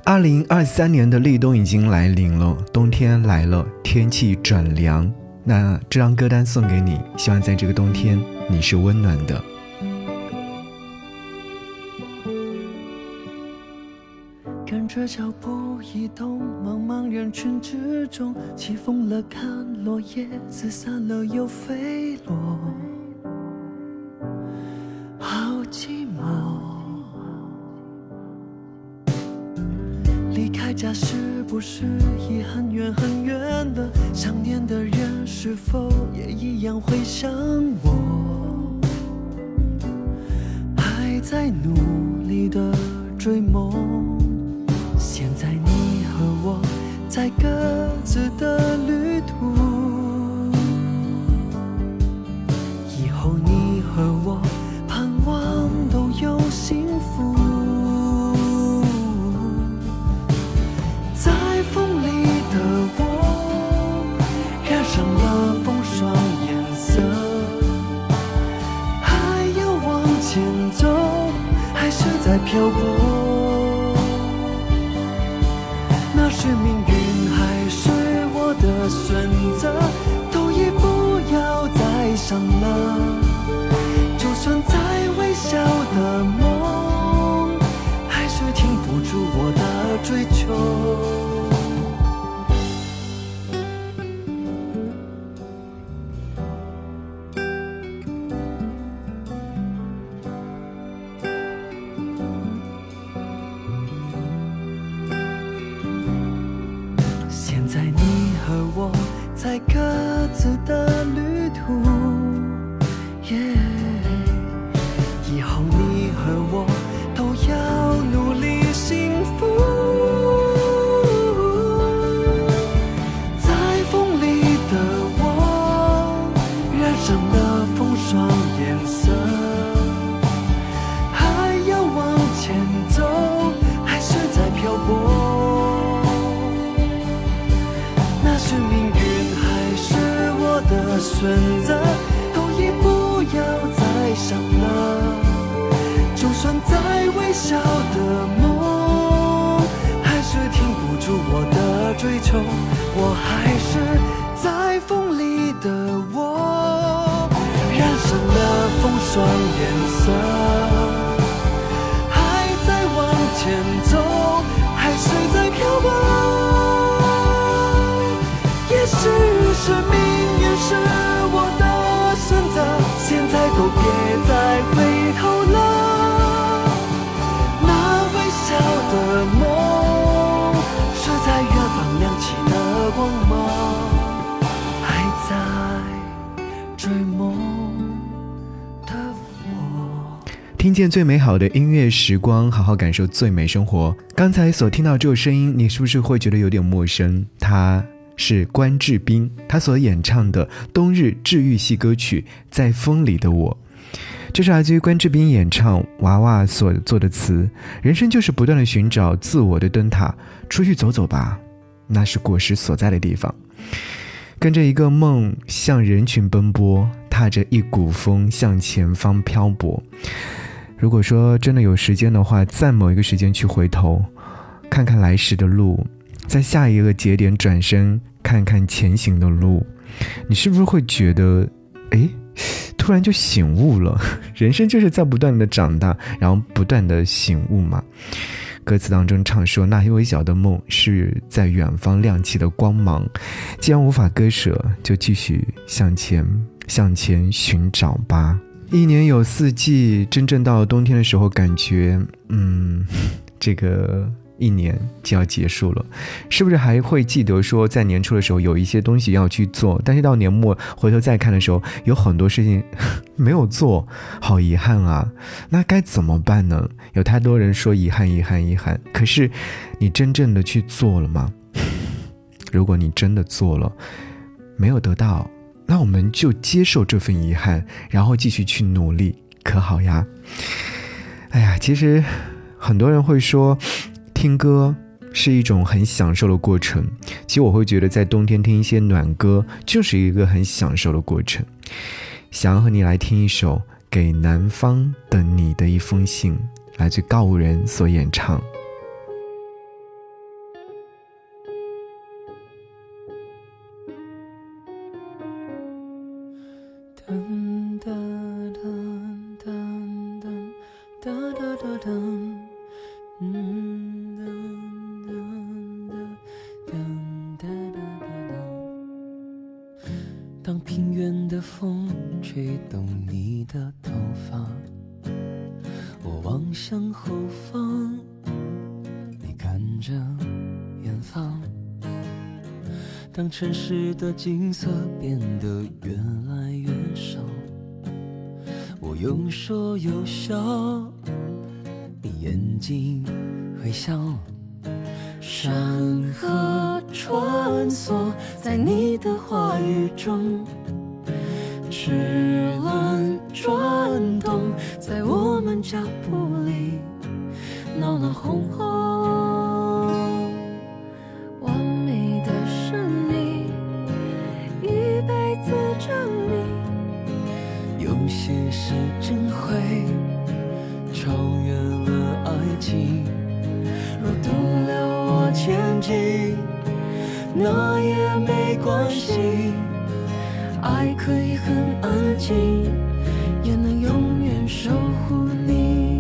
2023年的立冬已经来临了，冬天来了，天气转凉。那这张歌单送给你，希望在这个冬天你是温暖的。 跟着脚步移动，茫茫人群之中，起风了看落叶，四散了又飞落，好寂寞。离开家是不是已很远很远了？想念的人是否也一样会想我？还在努力的追梦，现在你和我在各自的旅途，以后你和我盼望都有幸福。在风里的我染上了风霜颜色，还要往前走，还是在漂泊？那是命运还是我的选择，都已不要再想了。就算再微小的梦，还是停不住我的追求。现在你和我在各自的旅途，以后你和我都要努力幸福。在风里的我染上了风霜颜色，还要往前走，还是在漂泊？是命运还是我的选择，都已不要再想了。就算再微小的梦，还是停不住我的追求。我还是在风里的我，染上了风霜颜色，还在往前走，还是在漂泊？也许是命运是我的选择，现在都别再回头了。那微小的梦，是在远方亮起的光芒，还在追梦的我。 听见最美好的音乐时光，好好感受最美生活。刚才所听到这首声音，你是不是会觉得有点陌生？它是关智斌他所演唱的冬日治愈系歌曲《在风里的我》。这是来自于关智斌演唱，娃娃所做的词。人生就是不断的寻找自我的灯塔，出去走走吧，那是果实所在的地方。跟着一个梦向人群奔波，踏着一股风向前方漂泊。如果说真的有时间的话，在某一个时间去回头看看来时的路，在下一个节点转身看看前行的路，你是不是会觉得突然就醒悟了？人生就是在不断的长大，然后不断的醒悟嘛。歌词当中唱说，那微小的梦是在远方亮起的光芒，既然无法割舍，就继续向前寻找吧。一年有四季，真正到了冬天的时候，感觉这个一年就要结束了，是不是还会记得说在年初的时候有一些东西要去做，但是到年末回头再看的时候，有很多事情没有做，好遗憾啊。那该怎么办呢？有太多人说遗憾，可是你真正的去做了吗？如果你真的做了，没有得到，那我们就接受这份遗憾，然后继续去努力，可好呀？其实很多人会说听歌是一种很享受的过程，其实我会觉得在冬天听一些暖歌就是一个很享受的过程。想要和你来听一首给南方的你的一封信，来自告五人所演唱。 当平原的风吹动你的头发，我望向后方，你看着远方。当城市的景色变得越来越少，我有说有笑，你眼睛会笑。山河穿梭在你的话语中，齿轮转动在我们脚步里，闹闹哄哄。完美的是你，一辈子证明，有些事真会超越了爱情。若堵了我前进，那也没关系，爱可以很安静，也能永远守护你。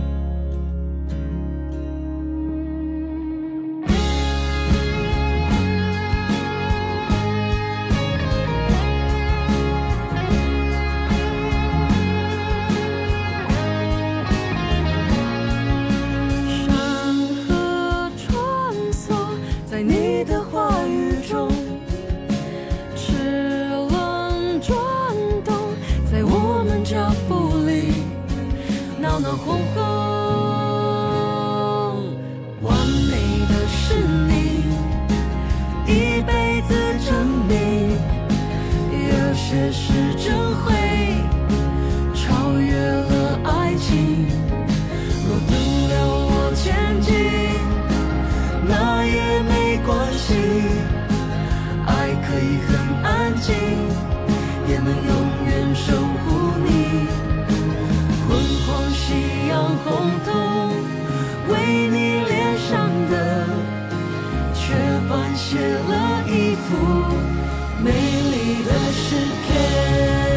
闹闹哄哄，完美的是你，一辈子证明，有些事真会超越了爱情。若堵了我前进，那也没关系，爱可以很安静，也能永远守护你。夕阳红透为你脸上的雀斑，写了一幅美丽的诗篇。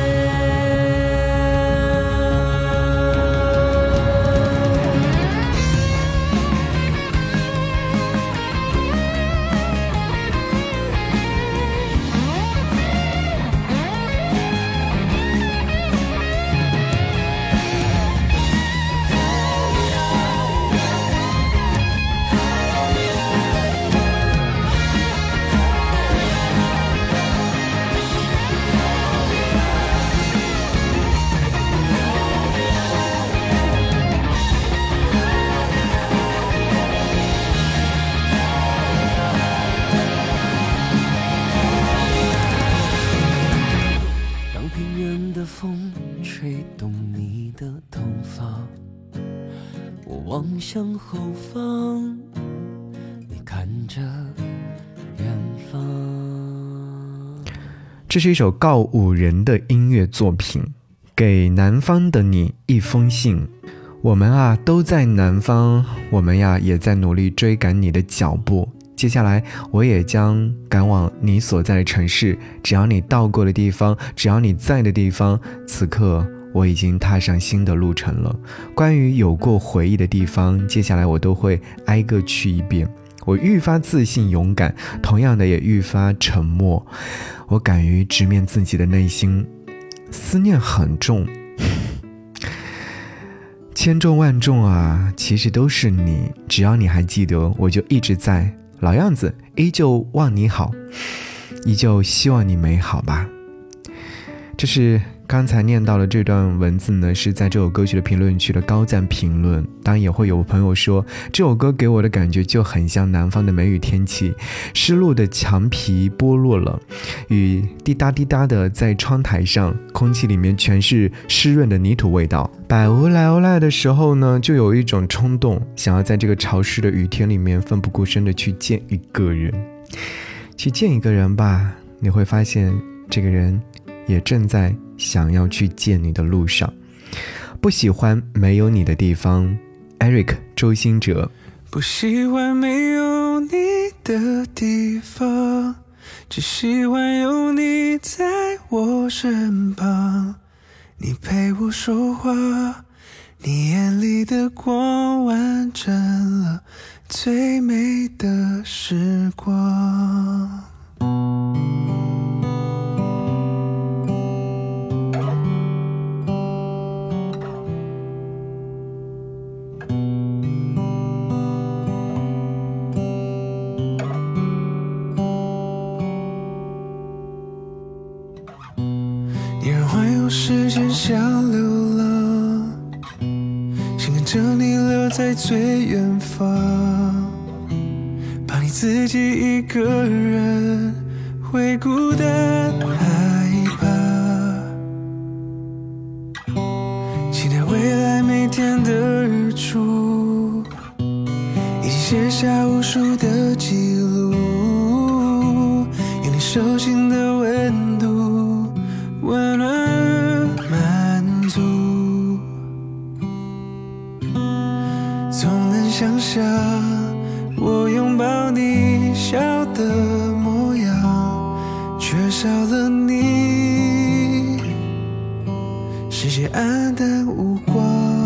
风吹动你的头发，我望向后方，你看着远方。 这是一首告五人的音乐作品，给南方的你一封信。我们啊都在南方，我们呀也在努力追赶你的脚步。接下来我也将赶往你所在的城市，只要你到过的地方，只要你在的地方，此刻我已经踏上新的路程了。关于有过回忆的地方，接下来我都会挨个去一遍。我愈发自信勇敢，同样的也愈发沉默。我敢于直面自己的内心，思念很重，千重万重啊，其实都是你。只要你还记得，我就一直在，老样子，依旧望你好，依旧希望你美好吧。这是刚才念到的这段文字呢，是在这首歌曲的评论区的高赞评论。当然也会有朋友说，这首歌给我的感觉就很像南方的梅雨天气，湿漉的墙皮剥落了，雨滴答滴答的在窗台上，空气里面全是湿润的泥土味道。百无来无来的时候呢，就有一种冲动，想要在这个潮湿的雨天里面奋不顾身的去见一个人，去见一个人吧，你会发现这个人也正在想要去见你的路上。不喜欢没有你的地方 Eric 周兴哲。 不喜欢没有你的地方，只喜欢有你在我身旁，你陪我说话， 你眼里的光完成了最美的时光。你让环游时间像流浪，想跟着你留在最远方，怕你自己一个人会孤单害怕，期待未来每天的日出，一起写下无数的记录，有你手心的温度，温暖而满足。总能想象我拥抱你笑的模样，缺少了你，世界黯淡无光。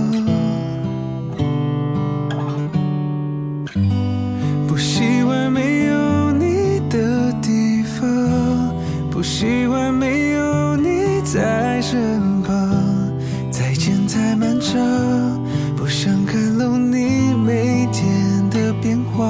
不喜欢没有你的地方，不喜欢没有你在身旁，再见太漫长，不想看漏你每天的变化，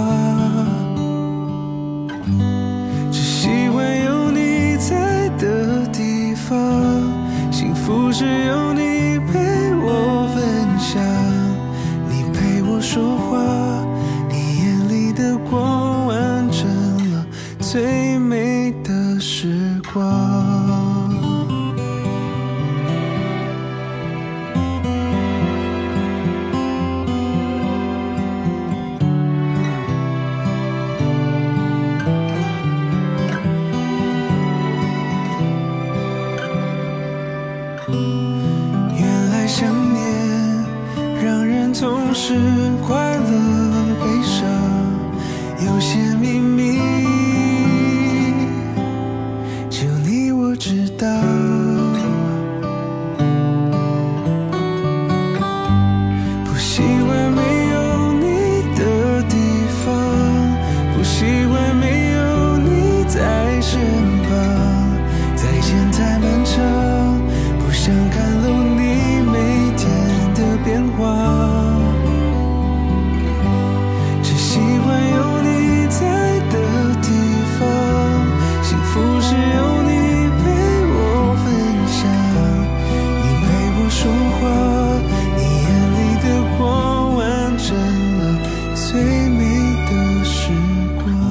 只喜欢有你在的地方，幸福是有你陪我分享，你陪我说话，你眼里的光完成了最美的时光。原来想念让人总是快乐悲伤，有些秘密只有你我知道，不喜欢没有你的地方，不喜欢没有你在身旁，再见太漫长，不想看漏你每天的变化，只喜欢有你在的地方，幸福是有你陪我分享，你陪我说话，你眼里的光完成了最美的时光。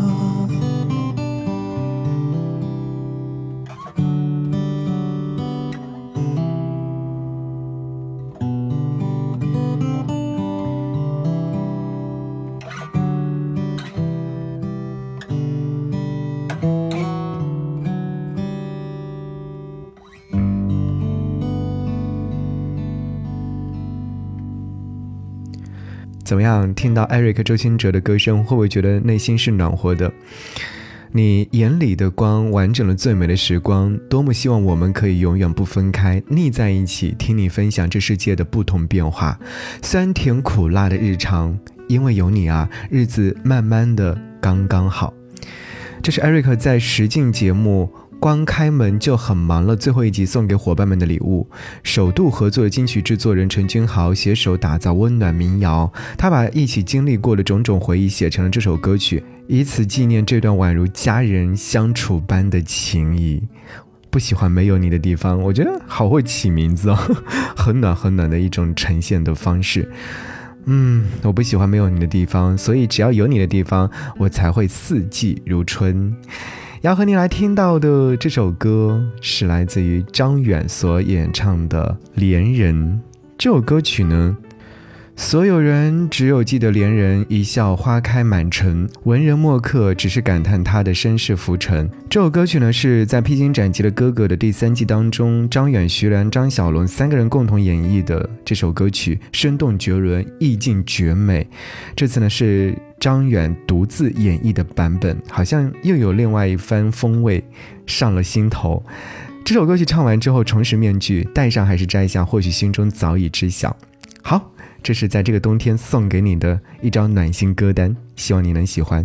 怎么样？听到艾瑞克周兴哲的歌声，会不会觉得内心是暖和的？你眼里的光完整了最美的时光，多么希望我们可以永远不分开，腻在一起，听你分享这世界的不同变化，酸甜苦辣的日常，因为有你啊，日子慢慢的刚刚好。这是艾瑞克在实境节目光开门就很忙了最后一集送给伙伴们的礼物，首度合作的金曲制作人陈君豪携手打造温暖民谣，他把一起经历过的种种回忆写成了这首歌曲，以此纪念这段宛如家人相处般的情谊。不喜欢没有你的地方，我觉得好会起名字哦，很暖很暖的一种呈现的方式。我不喜欢没有你的地方，所以只要有你的地方，我才会四季如春。要和你来听到的这首歌是来自于张远所演唱的《恋人》。这首歌曲呢，所有人只有记得恋人一笑花开满城，文人墨客只是感叹他的身世浮沉。这首歌曲呢，是在《披荆斩棘的哥哥》的第3季当中，张远、徐良、张小龙3个人共同演绎的这首歌曲，生动绝伦，意境绝美。这次呢是张远独自演绎的版本，好像又有另外一番风味上了心头。这首歌曲唱完之后，重拾面具，戴上还是摘下，或许心中早已知晓。 好，这是在这个冬天送给你的一张暖心歌单，希望你能喜欢。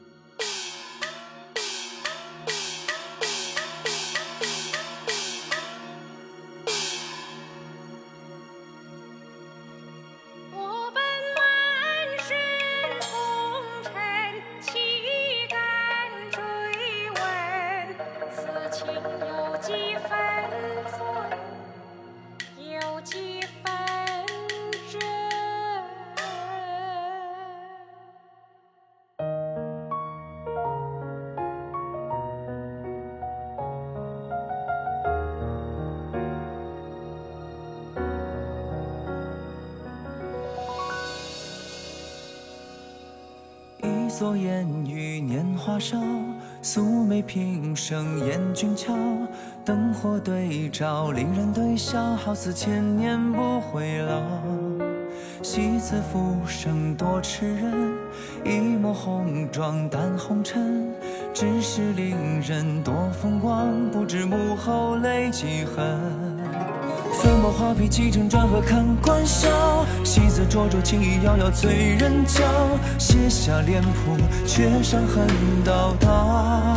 所言语年华少，素眉平生厌俊俏。灯火对照，令人对笑，好似千年不会老。戏子浮生多痴人，一抹红妆淡红尘。只是令人多风光，不知幕后泪几痕。粉墨画笔起承转合看官笑，戏子灼灼情意遥遥催人焦。写下脸谱却伤痕叨叨，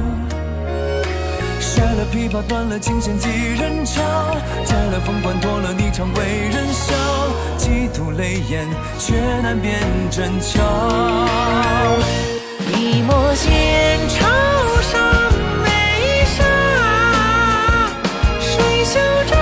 甩了琵琶断了琴弦几人潮，摘了凤冠脱了霓裳为人笑。几度泪眼却难辨真巧，一抹闲潮上眉梢，谁笑着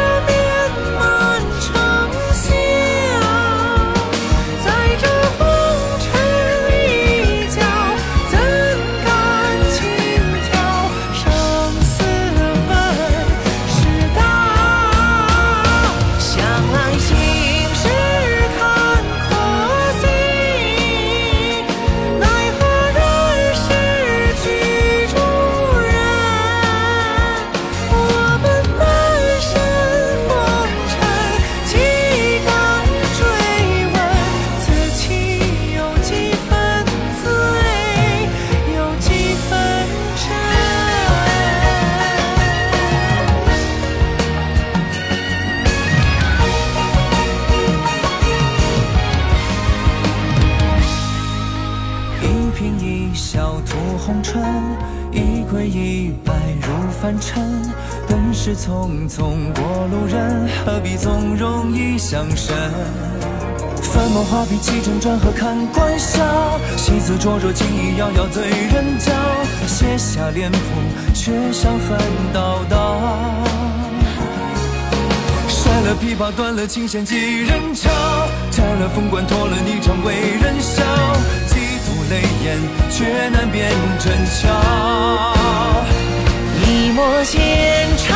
凡尘本是匆匆过路人，何必总容易相深。粉墨画笔起承转合看官笑，戏子灼灼情意遥遥醉人娇。写下脸谱却伤痕叨叨，甩了琵琶断了琴弦几人潮，摘了凤冠脱了霓裳为人笑。几度泪眼却难辨真巧，一抹闲潮